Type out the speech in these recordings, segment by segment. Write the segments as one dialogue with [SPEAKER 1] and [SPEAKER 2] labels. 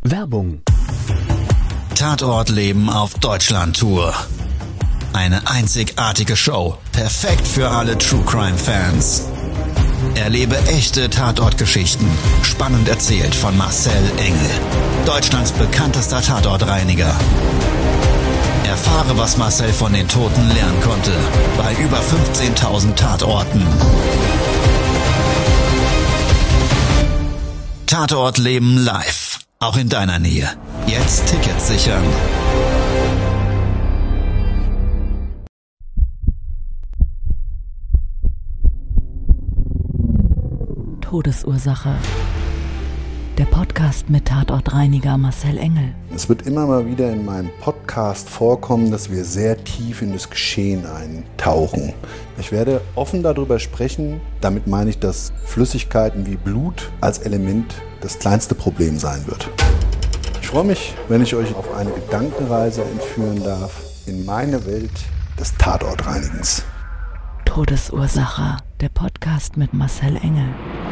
[SPEAKER 1] Werbung.
[SPEAKER 2] Tatortleben auf Deutschland-Tour. Eine einzigartige Show, perfekt für alle True-Crime-Fans. Erlebe echte Tatortgeschichten, spannend erzählt von Marcel Engel, Deutschlands bekanntester Tatortreiniger. Erfahre, was Marcel von den Toten lernen konnte, bei über 15.000 Tatorten. Tatortleben live, auch in deiner Nähe. Jetzt Tickets sichern.
[SPEAKER 3] Todesursache. Der Podcast mit Tatortreiniger Marcel Engel.
[SPEAKER 4] Es wird immer mal wieder in meinem Podcast vorkommen, dass wir sehr tief in das Geschehen eintauchen. Ich werde offen darüber sprechen. Damit meine ich, dass Flüssigkeiten wie Blut als Element das kleinste Problem sein wird. Ich freue mich, wenn ich euch auf eine Gedankenreise entführen darf in meine Welt des Tatortreinigens.
[SPEAKER 3] Todesursache. Der Podcast mit Marcel Engel.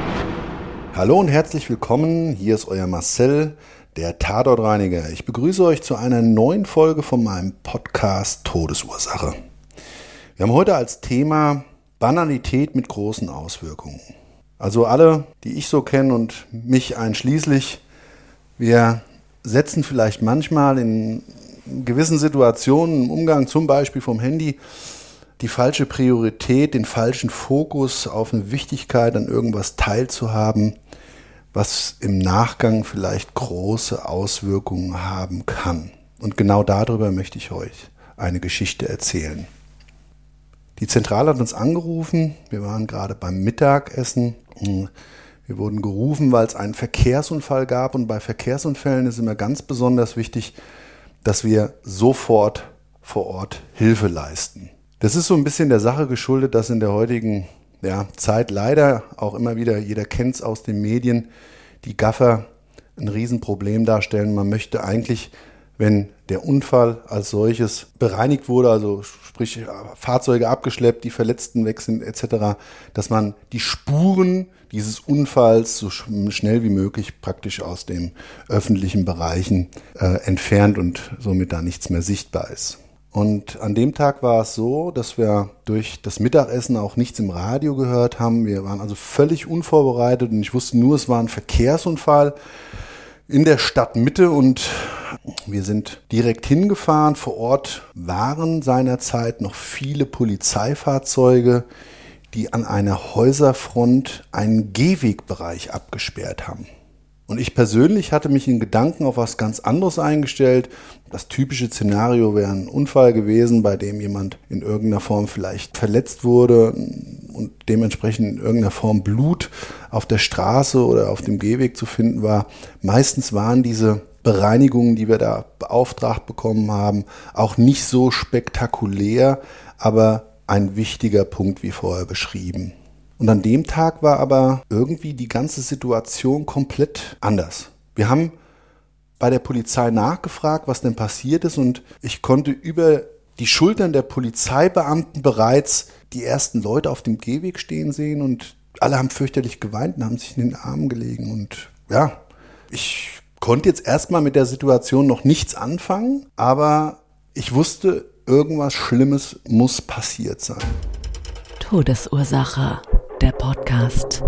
[SPEAKER 4] Hallo und herzlich willkommen, hier ist euer Marcel, der Tatortreiniger. Ich begrüße euch zu einer neuen Folge von meinem Podcast Todesursache. Wir haben heute als Thema Banalität mit großen Auswirkungen. Also alle, die ich so kenne und mich einschließlich, wir setzen vielleicht manchmal in gewissen Situationen im Umgang zum Beispiel vom Handy die falsche Priorität, den falschen Fokus auf eine Wichtigkeit, an irgendwas teilzuhaben, was im Nachgang vielleicht große Auswirkungen haben kann. Und genau darüber möchte ich euch eine Geschichte erzählen. Die Zentrale hat uns angerufen, wir waren gerade beim Mittagessen. Wir wurden gerufen, weil es einen Verkehrsunfall gab, und bei Verkehrsunfällen ist immer ganz besonders wichtig, dass wir sofort vor Ort Hilfe leisten. Das ist so ein bisschen der Sache geschuldet, dass in der heutigen Zeit leider auch immer wieder, jeder kennt es aus den Medien, die Gaffer ein Riesenproblem darstellen. Man möchte eigentlich, wenn der Unfall als solches bereinigt wurde, also sprich Fahrzeuge abgeschleppt, die Verletzten weg sind etc., dass man die Spuren dieses Unfalls so schnell wie möglich praktisch aus den öffentlichen Bereichen entfernt und somit da nichts mehr sichtbar ist. Und an dem Tag war es so, dass wir durch das Mittagessen auch nichts im Radio gehört haben. Wir waren also völlig unvorbereitet und ich wusste nur, es war ein Verkehrsunfall in der Stadtmitte und wir sind direkt hingefahren. Vor Ort waren seinerzeit noch viele Polizeifahrzeuge, die an einer Häuserfront einen Gehwegbereich abgesperrt haben. Und ich persönlich hatte mich in Gedanken auf was ganz anderes eingestellt. Das typische Szenario wäre ein Unfall gewesen, bei dem jemand in irgendeiner Form vielleicht verletzt wurde und dementsprechend in irgendeiner Form Blut auf der Straße oder auf dem Gehweg zu finden war. Meistens waren diese Bereinigungen, die wir da beauftragt bekommen haben, auch nicht so spektakulär, aber ein wichtiger Punkt, wie vorher beschrieben. Und an dem Tag war aber irgendwie die ganze Situation komplett anders. Wir haben bei der Polizei nachgefragt, was denn passiert ist, und ich konnte über die Schultern der Polizeibeamten bereits die ersten Leute auf dem Gehweg stehen sehen und alle haben fürchterlich geweint und haben sich in den Armen gelegen. Und ja, ich konnte jetzt erstmal mit der Situation noch nichts anfangen, aber ich wusste, irgendwas Schlimmes muss passiert sein.
[SPEAKER 3] Todesursache. Der Podcast.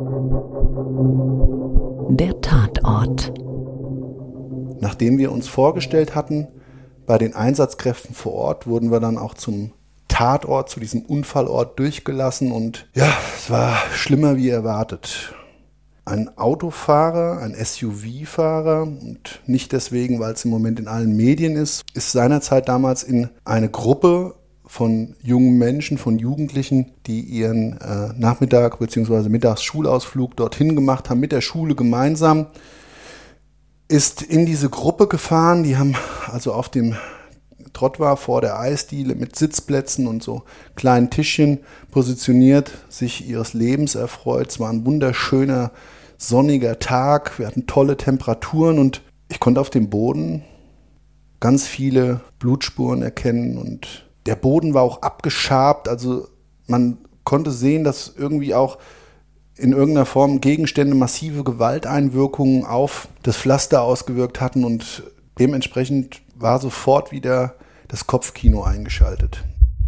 [SPEAKER 3] Der Tatort.
[SPEAKER 4] Nachdem wir uns vorgestellt hatten, bei den Einsatzkräften vor Ort, wurden wir dann auch zum Tatort, zu diesem Unfallort durchgelassen und ja, es war schlimmer wie erwartet. Ein Autofahrer, ein SUV-Fahrer, und nicht deswegen, weil es im Moment in allen Medien ist seinerzeit damals in eine Gruppe von jungen Menschen, von Jugendlichen, die ihren Nachmittag- bzw. Mittagsschulausflug dorthin gemacht haben, mit der Schule gemeinsam, ist in diese Gruppe gefahren. Die haben also auf dem Trottoir vor der Eisdiele mit Sitzplätzen und so kleinen Tischchen positioniert, sich ihres Lebens erfreut. Es war ein wunderschöner, sonniger Tag. Wir hatten tolle Temperaturen und ich konnte auf dem Boden ganz viele Blutspuren erkennen und der Boden war auch abgeschabt, also man konnte sehen, dass irgendwie auch in irgendeiner Form Gegenstände massive Gewalteinwirkungen auf das Pflaster ausgewirkt hatten und dementsprechend war sofort wieder das Kopfkino eingeschaltet.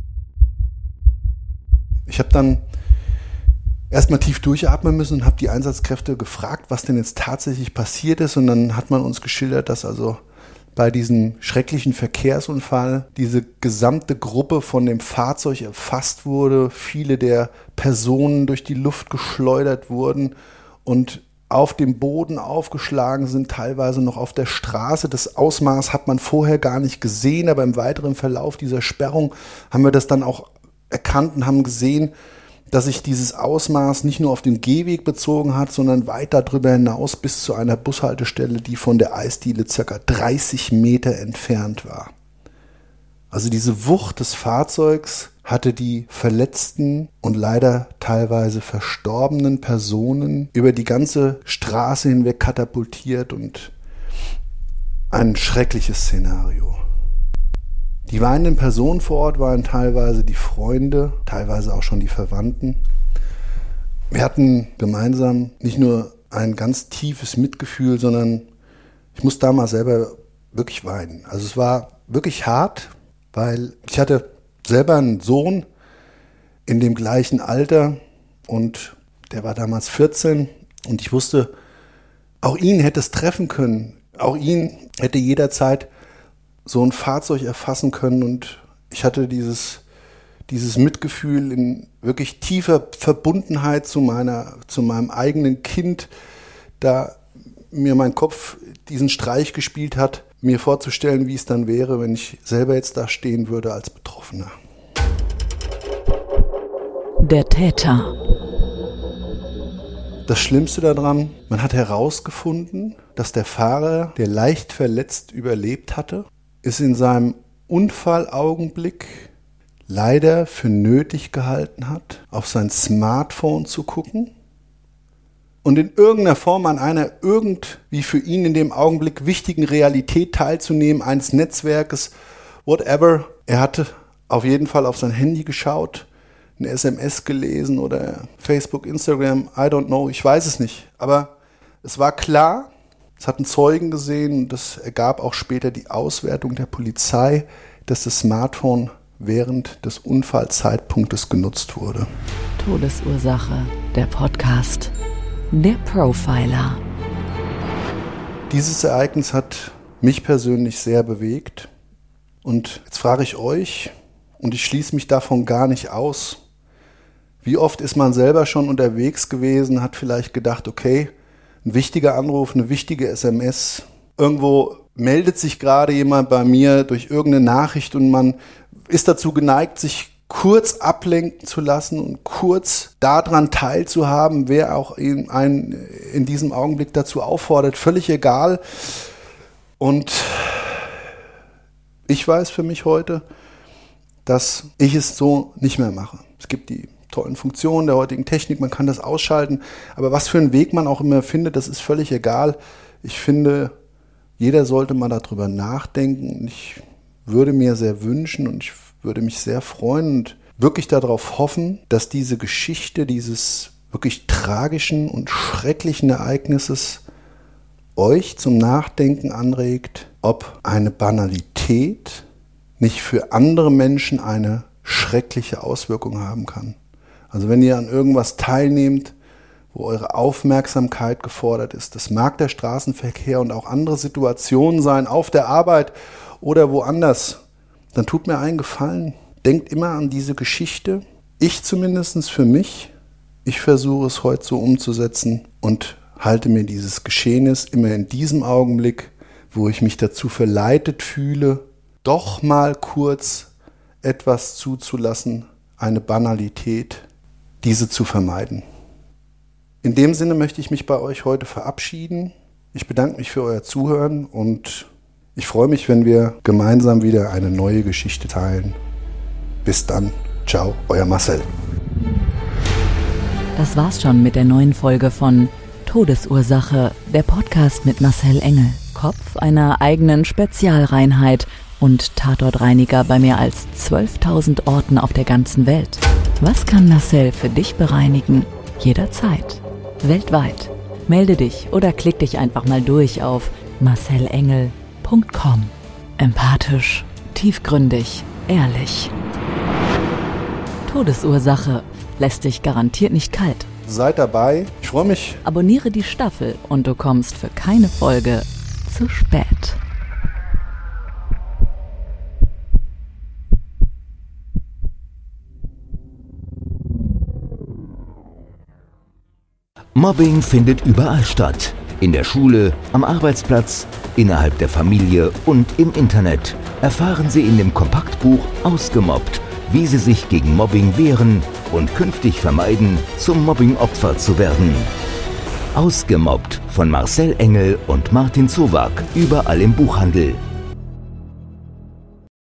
[SPEAKER 4] Ich habe dann erstmal tief durchatmen müssen und habe die Einsatzkräfte gefragt, was denn jetzt tatsächlich passiert ist. Und dann hat man uns geschildert, dass also bei diesem schrecklichen Verkehrsunfall diese gesamte Gruppe von dem Fahrzeug erfasst wurde, viele der Personen durch die Luft geschleudert wurden und auf dem Boden aufgeschlagen sind, teilweise noch auf der Straße. Das Ausmaß hat man vorher gar nicht gesehen, aber im weiteren Verlauf dieser Sperrung haben wir das dann auch erkannt und haben gesehen, dass sich dieses Ausmaß nicht nur auf den Gehweg bezogen hat, sondern weit darüber hinaus bis zu einer Bushaltestelle, die von der Eisdiele ca. 30 Meter entfernt war. Also diese Wucht des Fahrzeugs hatte die verletzten und leider teilweise verstorbenen Personen über die ganze Straße hinweg katapultiert und ein schreckliches Szenario. Die weinenden Personen vor Ort waren teilweise die Freunde, teilweise auch schon die Verwandten. Wir hatten gemeinsam nicht nur ein ganz tiefes Mitgefühl, sondern ich musste damals selber wirklich weinen. Also es war wirklich hart, weil ich hatte selber einen Sohn in dem gleichen Alter und der war damals 14 und ich wusste, auch ihn hätte es treffen können. Auch ihn hätte jederzeit so ein Fahrzeug erfassen können und ich hatte dieses Mitgefühl in wirklich tiefer Verbundenheit zu meinem eigenen Kind, da mir mein Kopf diesen Streich gespielt hat, mir vorzustellen, wie es dann wäre, wenn ich selber jetzt da stehen würde als Betroffener.
[SPEAKER 3] Der Täter.
[SPEAKER 4] Das Schlimmste daran, man hat herausgefunden, dass der Fahrer, der leicht verletzt überlebt hatte, es in seinem Unfallaugenblick leider für nötig gehalten hat, auf sein Smartphone zu gucken und in irgendeiner Form an einer irgendwie für ihn in dem Augenblick wichtigen Realität teilzunehmen, eines Netzwerkes, whatever. Er hatte auf jeden Fall auf sein Handy geschaut, eine SMS gelesen oder Facebook, Instagram, I don't know, ich weiß es nicht. Aber es war klar, es hatten Zeugen gesehen und das ergab auch später die Auswertung der Polizei, dass das Smartphone während des Unfallzeitpunktes genutzt wurde.
[SPEAKER 3] Todesursache, der Podcast. Der Profiler.
[SPEAKER 4] Dieses Ereignis hat mich persönlich sehr bewegt. Und jetzt frage ich euch, und ich schließe mich davon gar nicht aus, wie oft ist man selber schon unterwegs gewesen, hat vielleicht gedacht, okay, ein wichtiger Anruf, eine wichtige SMS, irgendwo meldet sich gerade jemand bei mir durch irgendeine Nachricht und man ist dazu geneigt, sich kurz ablenken zu lassen und kurz daran teilzuhaben, wer auch einen in diesem Augenblick dazu auffordert, völlig egal. Und ich weiß für mich heute, dass ich es so nicht mehr mache. Es gibt die tollen Funktionen der heutigen Technik, man kann das ausschalten, aber was für einen Weg man auch immer findet, das ist völlig egal. Ich finde, jeder sollte mal darüber nachdenken und ich würde mir sehr wünschen und ich würde mich sehr freuen und wirklich darauf hoffen, dass diese Geschichte dieses wirklich tragischen und schrecklichen Ereignisses euch zum Nachdenken anregt, ob eine Banalität nicht für andere Menschen eine schreckliche Auswirkung haben kann. Also wenn ihr an irgendwas teilnehmt, wo eure Aufmerksamkeit gefordert ist, das mag der Straßenverkehr und auch andere Situationen sein, auf der Arbeit oder woanders, dann tut mir einen Gefallen. Denkt immer an diese Geschichte. Ich zumindest für mich, ich versuche es heute so umzusetzen und halte mir dieses Geschehnis immer in diesem Augenblick, wo ich mich dazu verleitet fühle, doch mal kurz etwas zuzulassen, eine Banalität, diese zu vermeiden. In dem Sinne möchte ich mich bei euch heute verabschieden. Ich bedanke mich für euer Zuhören und ich freue mich, wenn wir gemeinsam wieder eine neue Geschichte teilen. Bis dann. Ciao, euer Marcel.
[SPEAKER 3] Das war's schon mit der neuen Folge von Todesursache, der Podcast mit Marcel Engel, Kopf einer eigenen Spezialreinheit und Tatortreiniger bei mehr als 12.000 Orten auf der ganzen Welt. Was kann Marcel für dich bereinigen? Jederzeit. weltweit. Melde dich oder klick dich einfach mal durch auf marcelengel.com. Empathisch, tiefgründig, ehrlich. Todesursache lässt dich garantiert nicht kalt.
[SPEAKER 4] Seid dabei, ich freue mich.
[SPEAKER 3] Abonniere die Staffel und du kommst für keine Folge zu spät.
[SPEAKER 1] Mobbing findet überall statt. In der Schule, am Arbeitsplatz, innerhalb der Familie und im Internet. Erfahren Sie in dem Kompaktbuch Ausgemobbt, wie Sie sich gegen Mobbing wehren und künftig vermeiden, zum Mobbing-Opfer zu werden. Ausgemobbt von Marcel Engel und Martin Zowak, überall im Buchhandel.